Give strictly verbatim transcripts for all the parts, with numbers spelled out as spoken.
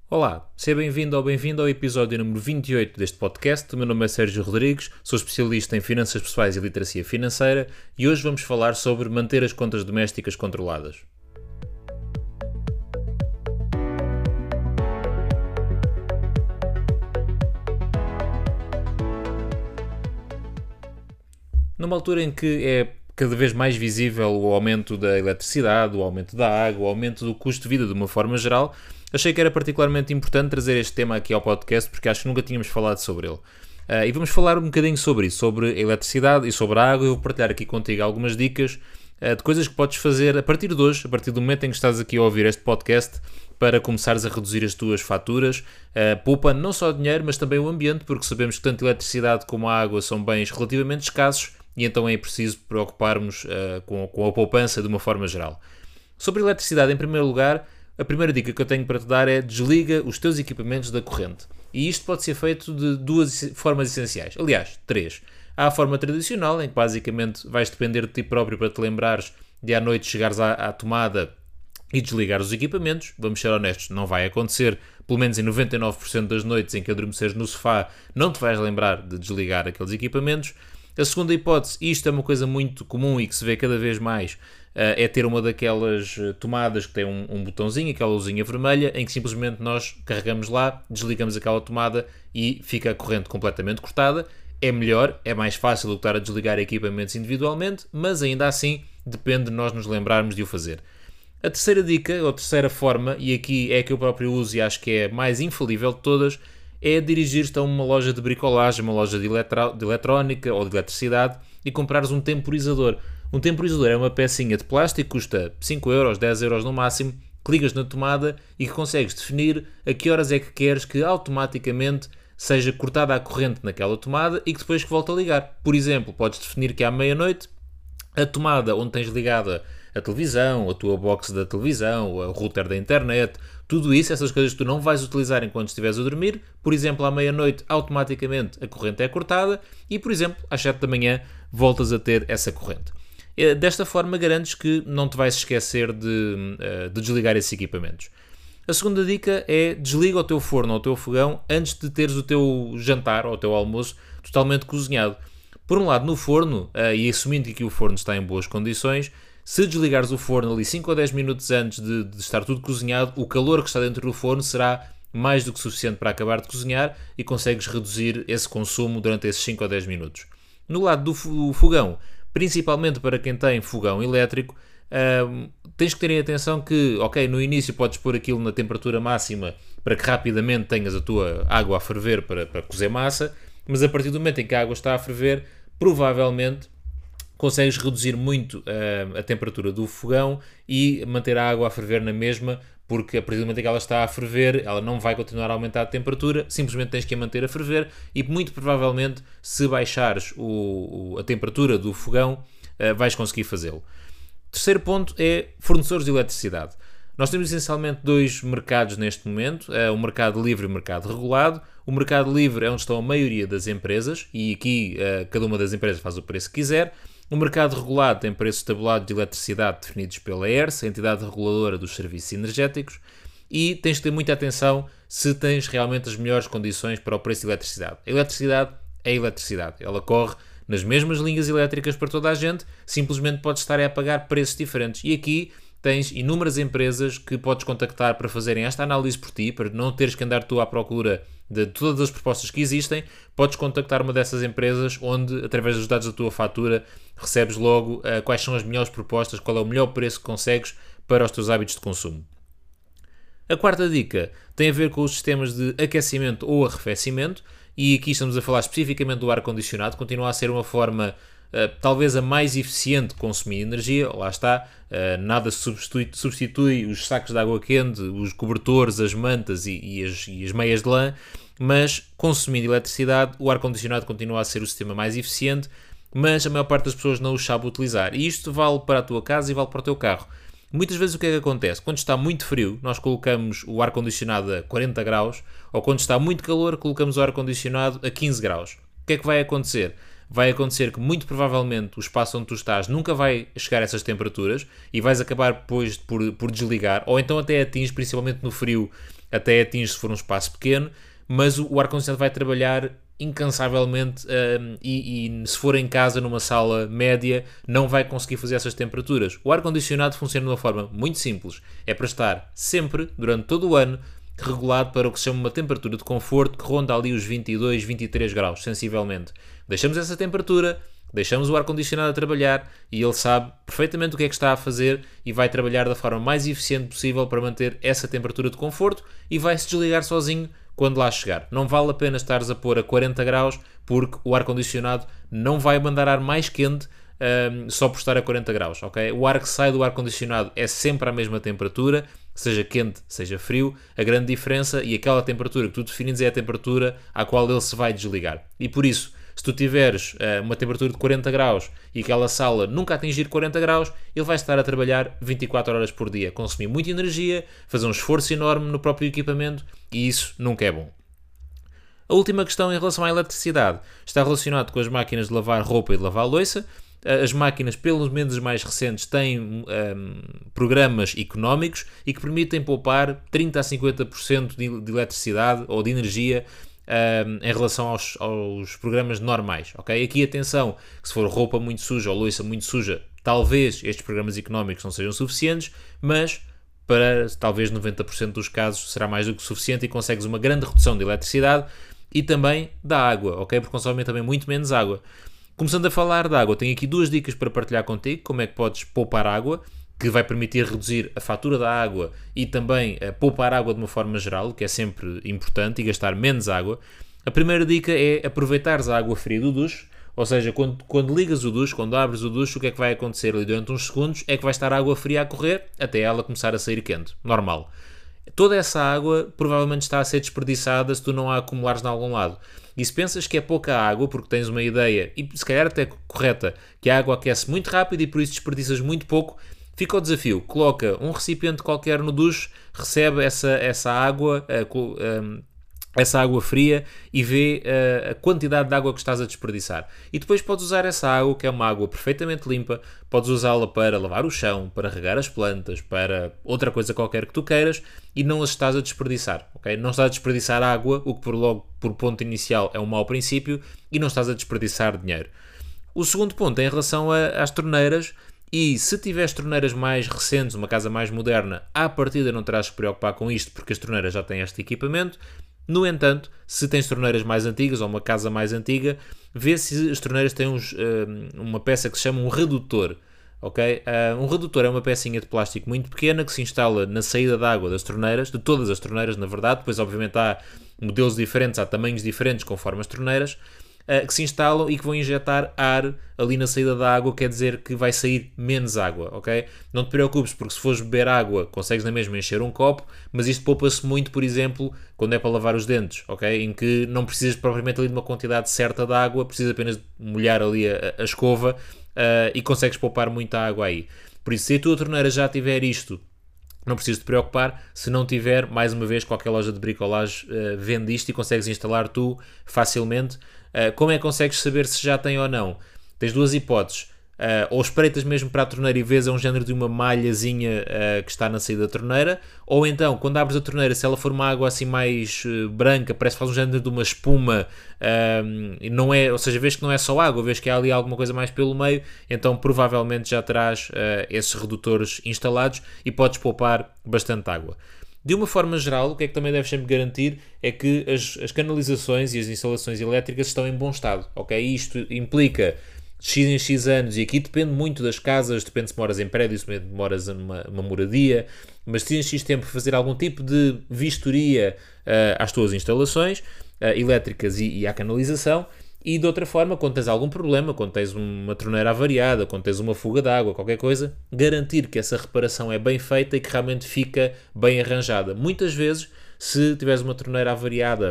Olá, seja bem-vindo ou bem-vindo ao episódio número vinte e oito deste podcast. O meu nome é Sérgio Rodrigues, sou especialista em finanças pessoais e literacia financeira e hoje vamos falar sobre manter as contas domésticas controladas. Numa altura em que é cada vez mais visível o aumento da eletricidade, o aumento da água, o aumento do custo de vida de uma forma geral, achei que era particularmente importante trazer este tema aqui ao podcast porque acho que nunca tínhamos falado sobre ele. Uh, e vamos falar um bocadinho sobre isso, sobre a eletricidade e sobre a água. Eu vou partilhar aqui contigo algumas dicas uh, de coisas que podes fazer a partir de hoje, a partir do momento em que estás aqui a ouvir este podcast, para começares a reduzir as tuas faturas, uh, poupando não só dinheiro, mas também o ambiente, porque sabemos que tanto a eletricidade como a água são bens relativamente escassos e então é preciso preocuparmos uh, com, com a poupança de uma forma geral. Sobre a eletricidade, em primeiro lugar, a primeira dica que eu tenho para te dar é desliga os teus equipamentos da corrente. E isto pode ser feito de duas formas essenciais. Aliás, três. Há a forma tradicional, em que basicamente vais depender de ti próprio para te lembrares de à noite chegares à, à tomada e desligar os equipamentos. Vamos ser honestos, não vai acontecer. Pelo menos em noventa e nove por cento das noites em que adormeceres no sofá, não te vais lembrar de desligar aqueles equipamentos. A segunda hipótese, e isto é uma coisa muito comum e que se vê cada vez mais, é ter uma daquelas tomadas que tem um, um botãozinho, aquela luzinha vermelha, em que simplesmente nós carregamos lá, desligamos aquela tomada e fica a corrente completamente cortada. É melhor, é mais fácil do que estar a desligar equipamentos individualmente, mas ainda assim depende de nós nos lembrarmos de o fazer. A terceira dica, ou a terceira forma, e aqui é a que eu próprio uso e acho que é a mais infalível de todas, é dirigir-te a uma loja de bricolagem, uma loja de, eletro, de eletrónica ou de eletricidade e comprares um temporizador. Um temporizador é uma pecinha de plástico, custa cinco euros, dez euros no máximo, que ligas na tomada e que consegues definir a que horas é que queres que automaticamente seja cortada a corrente naquela tomada e que depois que volte a ligar. Por exemplo, podes definir que à meia-noite a tomada onde tens ligada a televisão, a tua box da televisão, o router da internet, tudo isso, essas coisas que tu não vais utilizar enquanto estiveres a dormir, por exemplo, à meia-noite automaticamente a corrente é cortada e, por exemplo, às sete da manhã voltas a ter essa corrente. Desta forma garantes que não te vais esquecer de, de desligar esses equipamentos. A segunda dica é desliga o teu forno ou o teu fogão antes de teres o teu jantar ou o teu almoço totalmente cozinhado. Por um lado, no forno, e assumindo que o forno está em boas condições, se desligares o forno ali cinco ou dez minutos antes de, de estar tudo cozinhado, o calor que está dentro do forno será mais do que suficiente para acabar de cozinhar e consegues reduzir esse consumo durante esses cinco ou dez minutos. No lado do fogão, principalmente para quem tem fogão elétrico, uh, tens que ter atenção que, ok, no início podes pôr aquilo na temperatura máxima para que rapidamente tenhas a tua água a ferver para, para cozer massa, mas a partir do momento em que a água está a ferver, provavelmente consegues reduzir muito uh, a temperatura do fogão e manter a água a ferver na mesma, porque a partir do momento em que ela está a ferver, ela não vai continuar a aumentar a temperatura, simplesmente tens que a manter a ferver e muito provavelmente se baixares o, o, a temperatura do fogão, uh, vais conseguir fazê-lo. Terceiro ponto é fornecedores de eletricidade. Nós temos essencialmente dois mercados neste momento, uh, o mercado livre e o mercado regulado. O mercado livre é onde estão a maioria das empresas e aqui uh, cada uma das empresas faz o preço que quiser. O mercado regulado tem preços tabulados de eletricidade definidos pela E R S, a entidade reguladora dos serviços energéticos, e tens de ter muita atenção se tens realmente as melhores condições para o preço de eletricidade. A eletricidade é eletricidade, ela corre nas mesmas linhas elétricas para toda a gente, simplesmente podes estar a pagar preços diferentes. E aqui tens inúmeras empresas que podes contactar para fazerem esta análise por ti, para não teres que andar tu à procura de todas as propostas que existem. Podes contactar uma dessas empresas onde, através dos dados da tua fatura, recebes logo uh, quais são as melhores propostas, qual é o melhor preço que consegues para os teus hábitos de consumo. A quarta dica tem a ver com os sistemas de aquecimento ou arrefecimento, e aqui estamos a falar especificamente do ar-condicionado. Continua a ser uma forma Uh, talvez a mais eficiente de consumir energia. Lá está, uh, nada substitui, substitui os sacos de água quente, os cobertores, as mantas e, e, as, e as meias de lã, mas consumindo eletricidade, o ar-condicionado continua a ser o sistema mais eficiente, mas a maior parte das pessoas não o sabe utilizar, e isto vale para a tua casa e vale para o teu carro. Muitas vezes o que é que acontece? Quando está muito frio, nós colocamos o ar-condicionado a quarenta graus, ou quando está muito calor, colocamos o ar-condicionado a quinze graus. O que é que vai acontecer? vai acontecer que muito provavelmente o espaço onde tu estás nunca vai chegar a essas temperaturas e vais acabar depois por, por desligar, ou então até atinge, principalmente no frio, até atinge se for um espaço pequeno, mas o, o ar-condicionado vai trabalhar incansavelmente um, e, e se for em casa, numa sala média, não vai conseguir fazer essas temperaturas. O ar-condicionado funciona de uma forma muito simples. É para estar sempre, durante todo o ano, regulado para o que se chama uma temperatura de conforto que ronda ali os vinte e dois, vinte e três graus, sensivelmente. Deixamos essa temperatura, deixamos o ar-condicionado a trabalhar e ele sabe perfeitamente o que é que está a fazer e vai trabalhar da forma mais eficiente possível para manter essa temperatura de conforto e vai se desligar sozinho quando lá chegar. Não vale a pena estares a pôr a quarenta graus porque o ar-condicionado não vai mandar ar mais quente um, só por estar a quarenta graus, ok? O ar que sai do ar-condicionado é sempre a mesma temperatura, seja quente, seja frio. A grande diferença e aquela temperatura que tu defines é a temperatura à qual ele se vai desligar. E por isso, se tu tiveres uh, uma temperatura de quarenta graus e aquela sala nunca atingir quarenta graus, ele vai estar a trabalhar vinte e quatro horas por dia, consumir muita energia, fazer um esforço enorme no próprio equipamento e isso nunca é bom. A última questão em relação à eletricidade está relacionado com as máquinas de lavar roupa e de lavar louça. As máquinas, pelo menos as mais recentes, têm um, programas económicos e que permitem poupar trinta a cinquenta por cento de, de eletricidade ou de energia Um, em relação aos, aos programas normais, ok? Aqui atenção, que se for roupa muito suja ou louça muito suja, talvez estes programas económicos não sejam suficientes, mas para talvez noventa por cento dos casos será mais do que suficiente e consegues uma grande redução de eletricidade e também da água, ok? Porque consomem também muito menos água. Começando a falar da água, tenho aqui duas dicas para partilhar contigo, como é que podes poupar água, que vai permitir reduzir a fatura da água e também uh, poupar água de uma forma geral, que é sempre importante, e gastar menos água. A primeira dica é aproveitares a água fria do duche, ou seja, quando, quando ligas o duche, quando abres o duche, o que é que vai acontecer ali durante uns segundos é que vai estar a água fria a correr até ela começar a sair quente, normal. Toda essa água provavelmente está a ser desperdiçada se tu não a acumulares de algum lado. E se pensas que é pouca água, porque tens uma ideia, e se calhar até correta, que a água aquece muito rápido e por isso desperdiças muito pouco, fica o desafio, coloca um recipiente qualquer no duche, recebe essa, essa água, uh, essa água fria e vê uh, a quantidade de água que estás a desperdiçar. E depois podes usar essa água, que é uma água perfeitamente limpa, podes usá-la para lavar o chão, para regar as plantas, para outra coisa qualquer que tu queiras e não as estás a desperdiçar, ok? Não estás a desperdiçar água, o que por logo, por ponto inicial, é um mau princípio e não estás a desperdiçar dinheiro. O segundo ponto é em relação a, às torneiras. E se tiveres torneiras mais recentes, uma casa mais moderna, à partida não terás que preocupar com isto porque as torneiras já têm este equipamento. No entanto, se tens torneiras mais antigas ou uma casa mais antiga, vê se as torneiras têm uns, uma peça que se chama um redutor. Okay? Um redutor é uma pecinha de plástico muito pequena que se instala na saída de água das torneiras, de todas as torneiras na verdade, depois obviamente há modelos diferentes, há tamanhos diferentes conforme as torneiras, que se instalam e que vão injetar ar ali na saída da água, quer dizer que vai sair menos água, ok? Não te preocupes, porque se fores beber água, consegues na mesma encher um copo, mas isto poupa-se muito, por exemplo, quando é para lavar os dentes, ok? Em que não precisas propriamente ali de uma quantidade certa de água, precisas apenas molhar ali a, a escova uh, e consegues poupar muita água aí. Por isso, se a tua torneira já tiver isto, não precisas te preocupar. Se não tiver, mais uma vez, qualquer loja de bricolagem uh, vende isto e consegues instalar tu facilmente. Uh, como é que consegues saber se já tem ou não? Tens duas hipóteses. Uh, ou espreitas mesmo para a torneira e vês é um género de uma malhazinha uh, que está na saída da torneira, ou então, quando abres a torneira, se ela for uma água assim mais uh, branca, parece que faz um género de uma espuma, uh, e não é, ou seja, vês que não é só água, vês que há ali alguma coisa mais pelo meio, então provavelmente já terás uh, esses redutores instalados e podes poupar bastante água. De uma forma geral, o que é que também deves sempre garantir é que as, as canalizações e as instalações elétricas estão em bom estado, ok? Isto implica X em X anos, e aqui depende muito das casas, depende se moras em prédio, se moras numa uma moradia, mas X em X tempo fazer algum tipo de vistoria uh, às tuas instalações uh, elétricas e, e à canalização. E de outra forma, quando tens algum problema, quando tens uma torneira avariada, quando tens uma fuga de água, qualquer coisa, garantir que essa reparação é bem feita e que realmente fica bem arranjada. Muitas vezes, se tiveres uma torneira avariada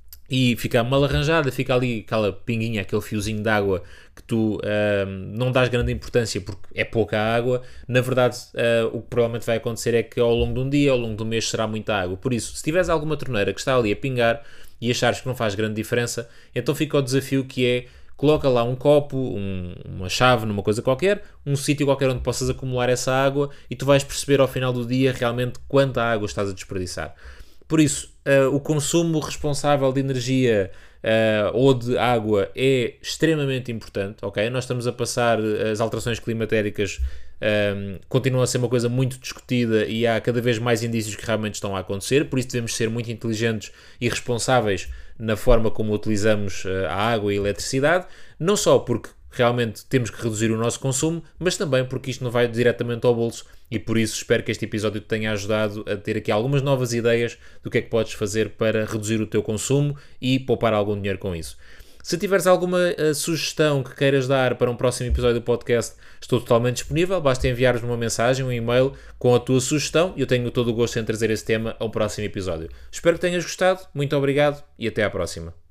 e ficar mal arranjada, fica ali aquela pinguinha, aquele fiozinho de água que tu uh, não dás grande importância porque é pouca água, na verdade uh, o que provavelmente vai acontecer é que ao longo de um dia, ao longo de um mês será muita água. Por isso, se tiveres alguma torneira que está ali a pingar e achares que não faz grande diferença, então fica o desafio que é coloca lá um copo, um, uma chave numa coisa qualquer, um sítio qualquer onde possas acumular essa água e tu vais perceber ao final do dia realmente quanta água estás a desperdiçar. Por isso, uh, o consumo responsável de energia uh, ou de água é extremamente importante, ok? Nós estamos a passar, as alterações climatéricas um, continuam a ser uma coisa muito discutida e há cada vez mais indícios que realmente estão a acontecer, por isso devemos ser muito inteligentes e responsáveis na forma como utilizamos uh, a água e a eletricidade, não só porque realmente temos que reduzir o nosso consumo, mas também porque isto não vai diretamente ao bolso e por isso espero que este episódio te tenha ajudado a ter aqui algumas novas ideias do que é que podes fazer para reduzir o teu consumo e poupar algum dinheiro com isso. Se tiveres alguma uh, sugestão que queiras dar para um próximo episódio do podcast, estou totalmente disponível, basta enviar-me uma mensagem, um e-mail com a tua sugestão e eu tenho todo o gosto em trazer esse tema ao próximo episódio. Espero que tenhas gostado, muito obrigado e até à próxima.